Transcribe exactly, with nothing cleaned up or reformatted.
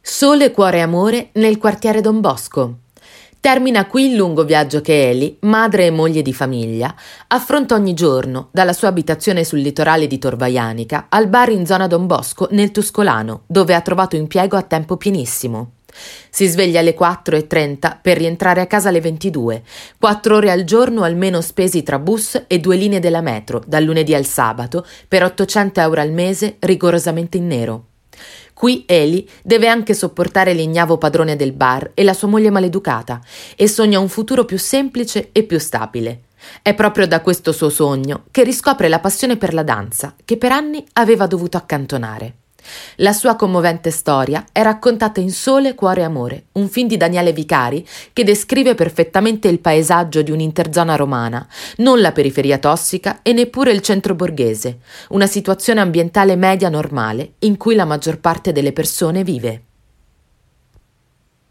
Sole, cuore e amore nel quartiere Don Bosco. Termina qui il lungo viaggio che Eli, madre e moglie di famiglia, affronta ogni giorno dalla sua abitazione sul litorale di Tor Vaianica al bar in zona Don Bosco nel Tuscolano, dove ha trovato impiego a tempo pienissimo. Si sveglia alle quattro e trenta per rientrare a casa alle ventidue, quattro ore al giorno almeno spesi tra bus e due linee della metro, dal lunedì al sabato, per ottocento euro al mese rigorosamente in nero. Qui Eli deve anche sopportare l'ignavo padrone del bar e la sua moglie maleducata e sogna un futuro più semplice e più stabile. È proprio da questo suo sogno che riscopre la passione per la danza che per anni aveva dovuto accantonare. La sua commovente storia è raccontata in Sole, cuore e amore, un film di Daniele Vicari che descrive perfettamente il paesaggio di un'interzona romana, non la periferia tossica e neppure il centro borghese, una situazione ambientale media normale in cui la maggior parte delle persone vive.